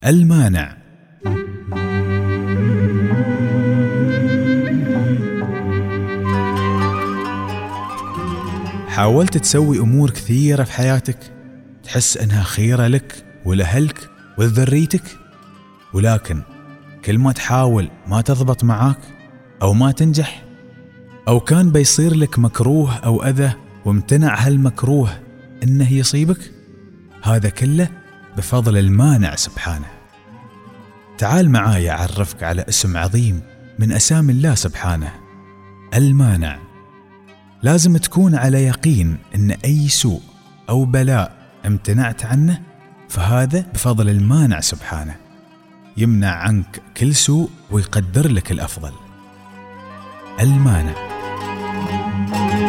المانع. حاولت تسوي أمور كثيرة في حياتك تحس أنها خيرة لك ولأهلك ولذريتك، ولكن كل ما تحاول ما تضبط معاك أو ما تنجح، أو كان بيصير لك مكروه أو أذى وامتنع هالمكروه إنه يصيبك. هذا كله بفضل المانع سبحانه. تعال معاي أعرفك على اسم عظيم من أسامي الله سبحانه، المانع. لازم تكون على يقين إن أي سوء أو بلاء امتنعت عنه فهذا بفضل المانع سبحانه، يمنع عنك كل سوء ويقدر لك الأفضل. المانع.